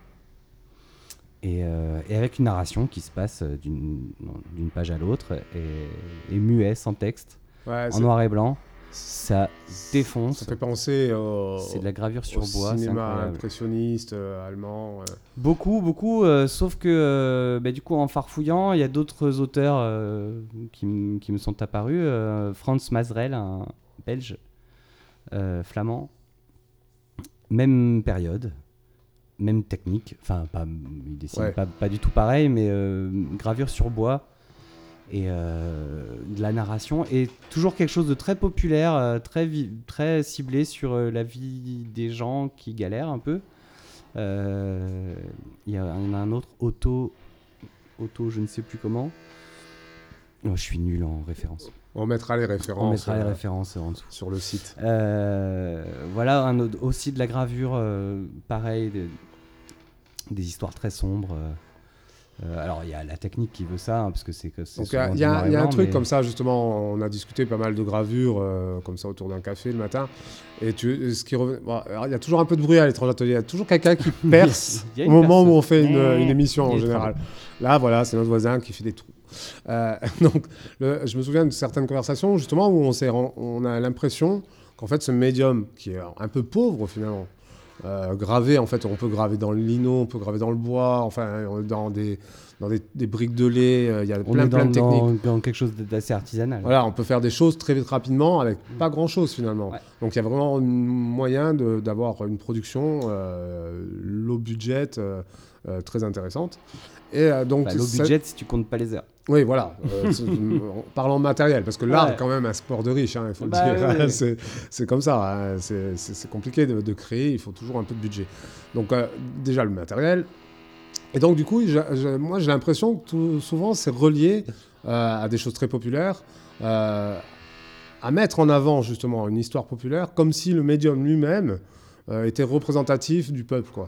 Et, euh, et avec une narration qui se passe d'une, d'une page à l'autre, et, et muet, sans texte, Ouais, en c'est- noir et blanc. Ça défonce. Ça fait penser au, C'est de la gravure sur au bois. C'est cinéma incroyable. impressionniste euh, allemand. euh. Beaucoup, beaucoup. euh, sauf que, euh, bah, du coup, en farfouillant, il y a d'autres auteurs euh, qui, m- qui me sont apparus. Euh, Franz Mazerel, un belge, euh, flamand. Même période, même technique. Enfin, pas, il dessine Ouais. pas, pas du tout pareil, mais euh, gravure sur bois. Et euh, de la narration. Et toujours quelque chose de très populaire, euh, très, vi- très ciblé sur euh, la vie des gens qui galèrent un peu. Euh, Il y, a- il y en a un autre, Otto, Otto, je ne sais plus comment. Oh, je suis nul en référence. On mettra les références On mettra les euh, références en dessous. sur le site. Euh, voilà, un autre- aussi de la gravure, euh, pareil, des, des histoires très sombres. euh. Euh, alors, il y a la technique qui veut ça, hein, parce que c'est que c'est Donc il y a, souvent il du y a- noir et il y a un blanc, truc mais- comme ça, justement, on a discuté pas mal de gravures, euh, comme ça, autour d'un café le matin. Et tu, ce qui revient- bon, alors, il y a toujours un peu de bruit à l'étrange atelier, il y a toujours quelqu'un qui perce Il y a au une moment où perceuse. on fait une, Mmh. une émission Il en est général. Là, voilà, c'est notre voisin qui fait des trous. Euh, donc, le- je me souviens de certaines conversations, justement, où on, s'est ren- on a l'impression qu'en fait, ce médium, qui est un peu pauvre, finalement, euh, gravé, en fait, on peut graver dans le lino, on peut graver dans le bois, enfin, dans des, dans des, des briques de lait, euh, il y a On plein, est plein dans, de techniques. dans- dans quelque chose d'assez artisanal. Voilà, on peut faire des choses très vite, rapidement avec pas grand-chose finalement. Ouais. Donc il y a vraiment un moyen de- d'avoir une production euh, low budget euh, euh, très intéressante. Et euh, donc Enfin, low ça- budget si tu comptes pas les heures. oui, voilà. Euh, c'est- en parlant de matériel, parce que l'art Ouais. est quand même un sport de riche, hein, il faut Bah, le dire. oui, oui. c'est, c'est comme ça. hein. C'est, c'est- c'est compliqué de, de créer. Il faut toujours un peu de budget. Donc euh, déjà le matériel. Et donc du coup, j'ai- j'ai- moi j'ai l'impression que tout, souvent c'est relié euh, à des choses très populaires, euh, à mettre en avant justement une histoire populaire, comme si le médium lui-même euh, était représentatif du peuple, quoi.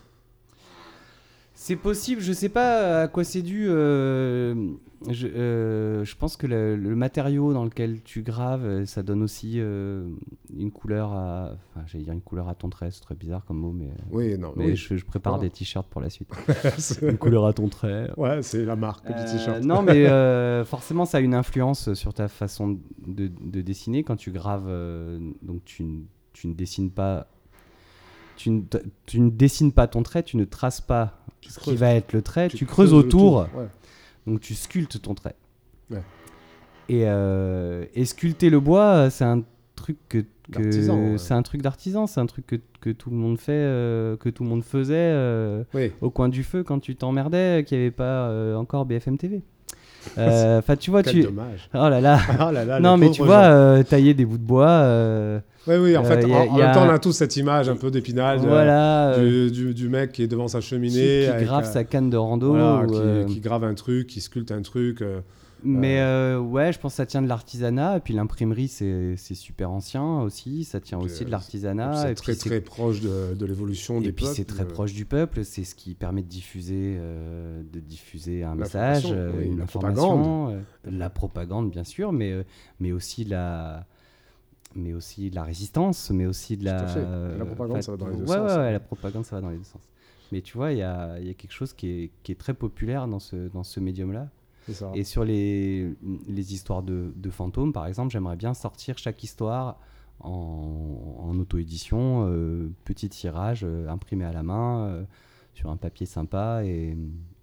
C'est possible, je sais pas à quoi c'est dû. euh, je, euh, je pense que le, le matériau dans lequel tu graves, euh, ça donne aussi euh, une couleur à. Enfin, j'allais dire une couleur à ton trait, c'est très bizarre comme mot, mais, Oui, non, mais oui. je, je prépare Ah. des t-shirts pour la suite. C'est- Une couleur à ton trait. ouais, c'est la marque du Euh, t-shirt. non, mais euh, forcément, ça a une influence sur ta façon de, de dessiner. Quand tu graves, euh, donc tu, n- tu ne dessines pas. Tu ne, t- tu ne dessines pas ton trait, tu ne traces pas Tu ce qui creuses. va être le trait, tu, Tu creuses creuses le autour, tour, ouais. donc tu sculptes ton trait. Ouais. Et, euh, et sculpter le bois, c'est un truc que, que- D'artisan, ouais. c'est un truc d'artisan, c'est un truc que, que tout le monde fait, euh, que tout le monde faisait euh, Oui. au coin du feu quand tu t'emmerdais, qu'il n'y avait pas euh, encore B F M T V. Enfin, tu vois, Quel tu. dommage. Oh là là. Ah là là, Non, les mais pauvres tu vois, gens. euh, tailler des bouts de bois. euh, Oui, oui, en euh, fait, y a- en, en y a- même temps, on a tous cette image un peu d'épinal de- voilà. euh, du, du- du mec qui est devant sa qui, cheminée. qui avec, grave euh, sa canne de rando. voilà, ou, qui, euh, qui grave un truc, qui sculpte un truc. euh, Mais euh, ouais, je pense que ça tient de l'artisanat. Et puis l'imprimerie, c'est, c'est super ancien aussi. Ça tient aussi euh, de l'artisanat. C'est et très puis très proche de, de l'évolution et des puis peuples. c'est très euh, proche du peuple. C'est ce qui permet de diffuser, euh, de diffuser un L'information, message, euh, oui, une la information, euh, la propagande bien sûr, mais euh, mais aussi la mais aussi de la résistance, mais aussi de la. Tout à fait. La propagande, enfin, ça va dans les deux ouais, sens, Ouais, ouais, hein. la propagande, ça va dans les deux sens. Mais tu vois, il y a, y a quelque chose qui est, qui est très populaire dans ce, dans ce médium-là. C'est ça. Et sur les, les histoires de, de fantômes, par exemple, j'aimerais bien sortir chaque histoire en, en auto-édition, euh, petit tirage, euh, imprimé à la main, euh, sur un papier sympa et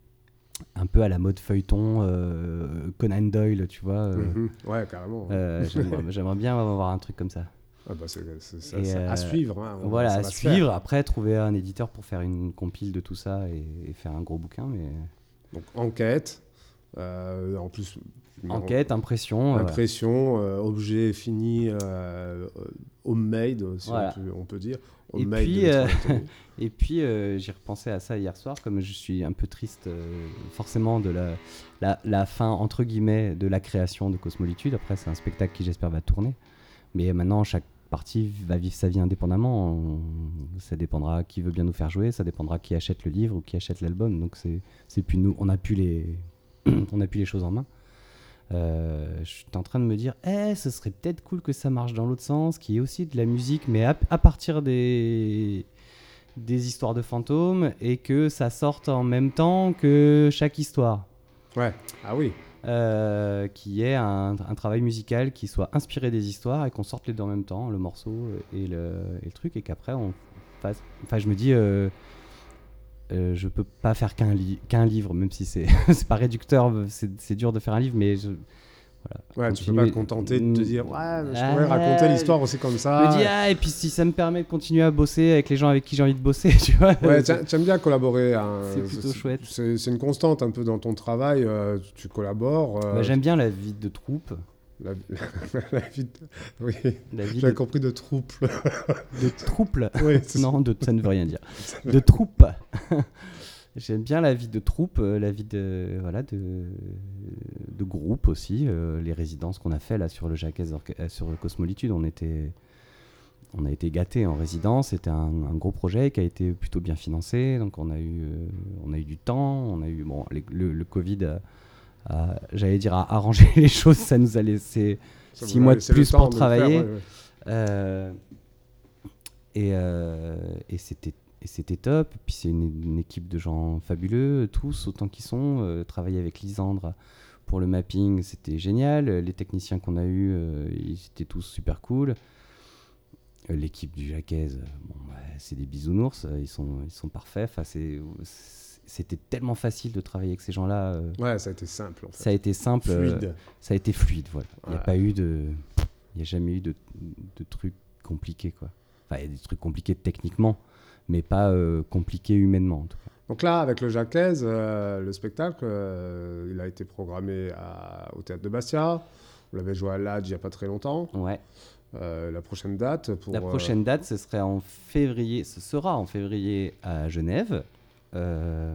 un peu à la mode feuilleton, euh, Conan Doyle, tu vois. euh, Mhm. Ouais, carrément. euh, j'aimerais, j'aimerais bien avoir un truc comme ça. Ah bah, c'est, c'est- c'est- Et, c'est à euh, suivre. Hein. Voilà, Ça à va se suivre. faire. Après, trouver un éditeur pour faire une compile de tout ça et, et faire un gros bouquin. Mais Donc, enquête. euh, en plus, enquête, impression. euh, impression, euh, objet fini, euh, euh, homemade, si Voilà. on, peut, on peut dire. Et Homemade puis, de euh, l'étranger atelier. Et puis, euh, j'ai repensé à ça hier soir, comme je suis un peu triste, euh, forcément, de la, la, la fin, entre guillemets, de la création de Cosmolitude. Après, c'est un spectacle qui, j'espère, va tourner. Mais maintenant, chaque partie va vivre sa vie indépendamment. On- ça dépendra qui veut bien nous faire jouer, ça dépendra qui achète le livre ou qui achète l'album. Donc, c'est, c'est plus nous. On n'a plus les, on a plus les choses en main. Euh, je suis en train de me dire, eh, ce serait peut-être cool que ça marche dans l'autre sens, qu'il y ait aussi de la musique, mais à, à partir des, des histoires de fantômes et que ça sorte en même temps que chaque histoire. Ouais, ah oui. Euh, qu'il y ait un, un travail musical qui soit inspiré des histoires et qu'on sorte les deux en même temps, le morceau et le, et le truc, et qu'après on fasse. Enfin, je me dis. Euh, Euh, je peux pas faire qu'un, li- qu'un livre, même si c'est, c'est pas réducteur, c'est, c'est dur de faire un livre, mais je, voilà, Ouais, tu peux continuer- pas te contenter de te dire, ouais, mais je Ah, pourrais raconter l'histoire aussi comme Je ça. me dis, ah, et puis si ça me permet de continuer à bosser avec les gens avec qui j'ai envie de bosser, tu vois. Ouais, t'a- t'aimes bien collaborer. Hein. C'est plutôt chouette. C'est, c'est une constante un peu dans ton travail. euh, tu collabores. euh, Bah, j'aime bien la vie de troupe. la, la vie de- Oui, La vie j'avais de, compris de troupe. de troupe. Oui, c'est Non, de, ça ne veut rien dire. De troupe. J'aime bien la vie de troupe, euh, la vie de, voilà, de, de groupe aussi. euh, les résidences qu'on a fait là sur le Jacques Orca- euh, sur le Cosmolitude, on, était, on a été gâtés en résidence. C'était un, un gros projet qui a été plutôt bien financé. Donc on a eu, euh, on a eu du temps. On a eu, bon, les- le, le Covid, a- a- j'allais dire, a arrangé les choses. Ça nous a laissé Ça six vous a mois de laissé le plus temps pour de le travailler. faire, ouais, ouais. Euh, et, euh, et c'était et c'était top. Puis c'est une, une équipe de gens fabuleux, tous autant qu'ils sont. Euh, travailler avec Lisandre pour le mapping, c'était génial. Les techniciens qu'on a eus, euh, ils étaient tous super cool. Euh, l'équipe du Jacquez, bon, bah, c'est des bisounours, ils sont, ils sont parfaits. Enfin, c'est, c'était tellement facile de travailler avec ces gens-là. euh, Ouais, ça a été simple. En fait. Ça a été simple. euh, Fluide. ça a été fluide, voilà. Il n'y a Ouais. pas eu de... Il n'y a jamais eu de, de trucs compliqués, quoi. Enfin, il y a des trucs compliqués techniquement, mais pas euh, compliqués humainement, en tout cas. Donc là, avec le Jacques, euh, le spectacle, euh, il a été programmé à- au Théâtre de Bastia. Vous l'avez joué à l'A D J il n'y a pas très longtemps. Ouais. Euh, la prochaine date pour... La prochaine date, ce serait en février. Ce sera en février à Genève, euh,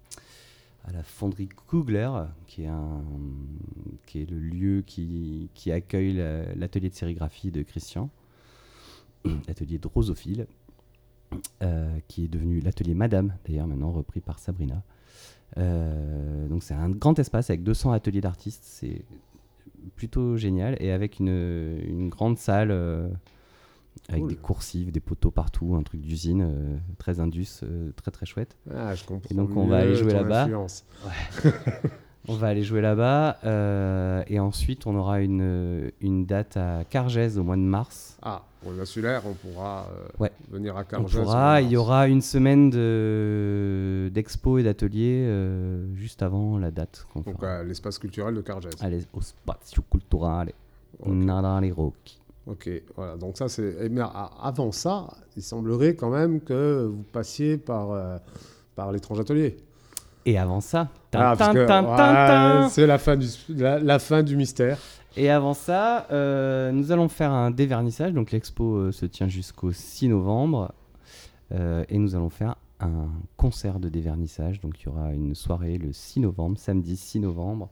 à la fonderie Kugler, qui est, un, qui est le lieu qui, qui accueille la- l'atelier de sérigraphie de Christian, l'atelier drosophile, euh, qui est devenu l'atelier Madame, d'ailleurs maintenant repris par Sabrina. Euh, donc c'est un grand espace avec deux cents ateliers d'artistes, c'est plutôt génial, et avec une, une grande salle euh, avec Cool. des coursives, des poteaux partout, un truc d'usine euh, très indus, euh, très très chouette. Ah, je comprends. Et donc, on mieux va aller jouer ton là-bas. influence. On va aller jouer là-bas, euh, et ensuite on aura une, une date à Cargèse au mois de mars. Ah, on a celui-là, on pourra euh, Ouais. venir à On Cargèse. pourra, il y aura une semaine de, d'expo et d'atelier euh, juste avant la date qu'on Donc fera. à l'espace culturel de Cargèse. Allez, au spazio culturale, Ok. Nadale Rocchi. Ok, voilà. Donc ça, c'est... eh bien, a- avant ça, il semblerait quand même que vous passiez par, euh, par l'étrange atelier. Et avant ça, Ah, tin, parce que, tin, tin, ouais, tin. c'est la fin, du, la, la fin du mystère. Et avant ça, euh, nous allons faire un dévernissage. Donc l'expo euh, se tient jusqu'au six novembre. Euh, et nous allons faire un concert de dévernissage. Donc il y aura une soirée le six novembre, samedi six novembre,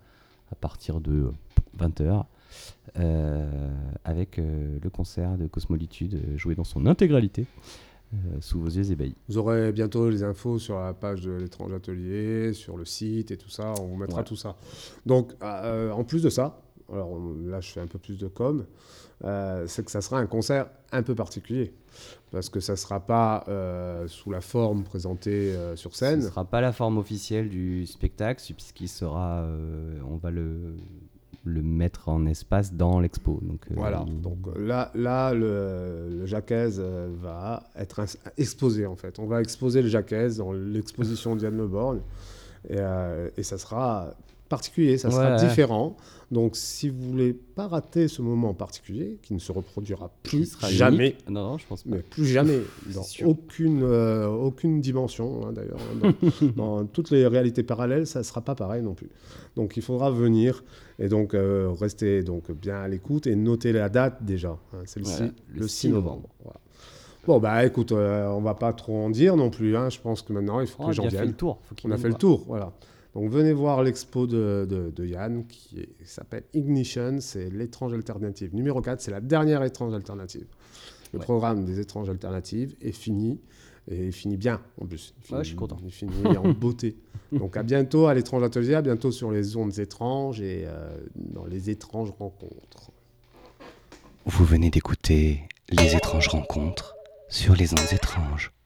à partir de vingt heures, euh, avec euh, le concert de Cosmolitude euh, joué dans son intégralité, euh, sous vos yeux ébahis. Vous aurez bientôt les infos sur la page de l'étrange atelier, sur le site et tout ça, on vous mettra Ouais. tout ça. Donc, euh, en plus de ça, alors on- là je fais un peu plus de com, euh, c'est que ça sera un concert un peu particulier. Parce que ça ne sera pas euh, sous la forme présentée euh, sur Ce ne scène. sera pas la forme officielle du spectacle, puisqu'il sera, euh, on va le, le mettre en espace dans l'expo. Donc, euh, Voilà, il- donc euh, là, là le, le Jacquez euh, va être ins- exposé en fait. On va exposer le Jacquez dans l'exposition d'Yann Le Borgne et, euh, et ça sera particulier, ça sera Ouais, ouais. différent. Donc si vous voulez pas rater ce moment particulier, qui ne se reproduira qui plus sera jamais, unique. Non, non, je pense pas. mais plus jamais, dans sûr. aucune, euh, aucune dimension hein, d'ailleurs, hein, dans, dans toutes les réalités parallèles, ça ne sera pas pareil non plus. Donc il faudra venir et donc euh, rester donc bien à l'écoute et noter la date déjà. Hein, celle-ci, Voilà, le six novembre. Voilà. Bon bah écoute, euh, on va pas trop en dire non plus. Hein, je pense que maintenant il faut On que a les gens déjà fait viennent. le tour. Faut qu'il On a vienne fait le voir. tour, voilà. Donc venez voir l'expo de, de, de Yann qui, est- qui s'appelle Ignition, c'est l'étrange alternative. Numéro quatre, c'est la dernière étrange alternative. Le Ouais. programme des étranges alternatives est fini, et il finit bien en plus. Il finit, Ouais, je suis content. Il finit en beauté. Donc à bientôt à l'étrange atelier, à bientôt sur les ondes étranges et euh, dans les étranges rencontres. Vous venez d'écouter Les étranges rencontres sur les ondes étranges.